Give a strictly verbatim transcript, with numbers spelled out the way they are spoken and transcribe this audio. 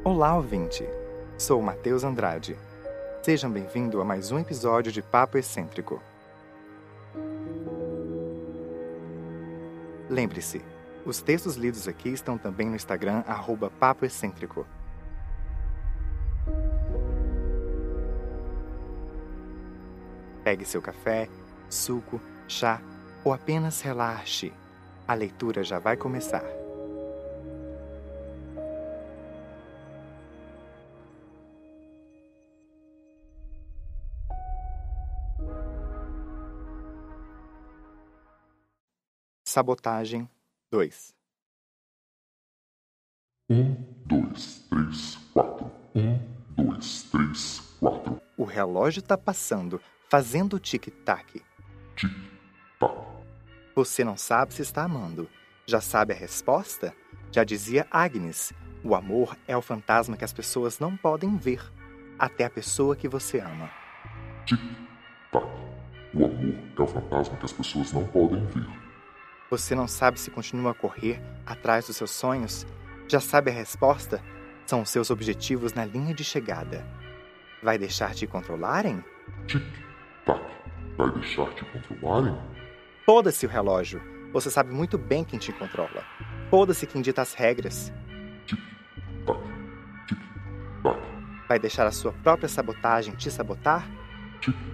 Olá, ouvinte! Sou Matheus Andrade. Sejam bem-vindos a mais um episódio de Papo Excêntrico. Lembre-se, os textos lidos aqui estão também no Instagram, arroba Papo Excêntrico. Pegue seu café, suco, chá ou apenas relaxe. A leitura já vai começar. Sabotagem dois. Um, dois, três, quatro. Um, dois, três, quatro. O relógio tá passando, fazendo tic-tac. Tic-tac. Você não sabe se está amando. Já sabe a resposta? Já dizia Agnes, o amor é o fantasma que as pessoas não podem ver, até a pessoa que você ama. Tic-tac. O amor é o fantasma que as pessoas não podem ver. Você não sabe se continua a correr atrás dos seus sonhos? Já sabe a resposta? São os seus objetivos na linha de chegada. Vai deixar te controlarem? Tic-tac. Vai deixar te controlarem? Foda-se o relógio. Você sabe muito bem quem te controla. Foda-se quem dita as regras. Tic-tac. Tic-tac. Vai deixar a sua própria sabotagem te sabotar? Tic-tac.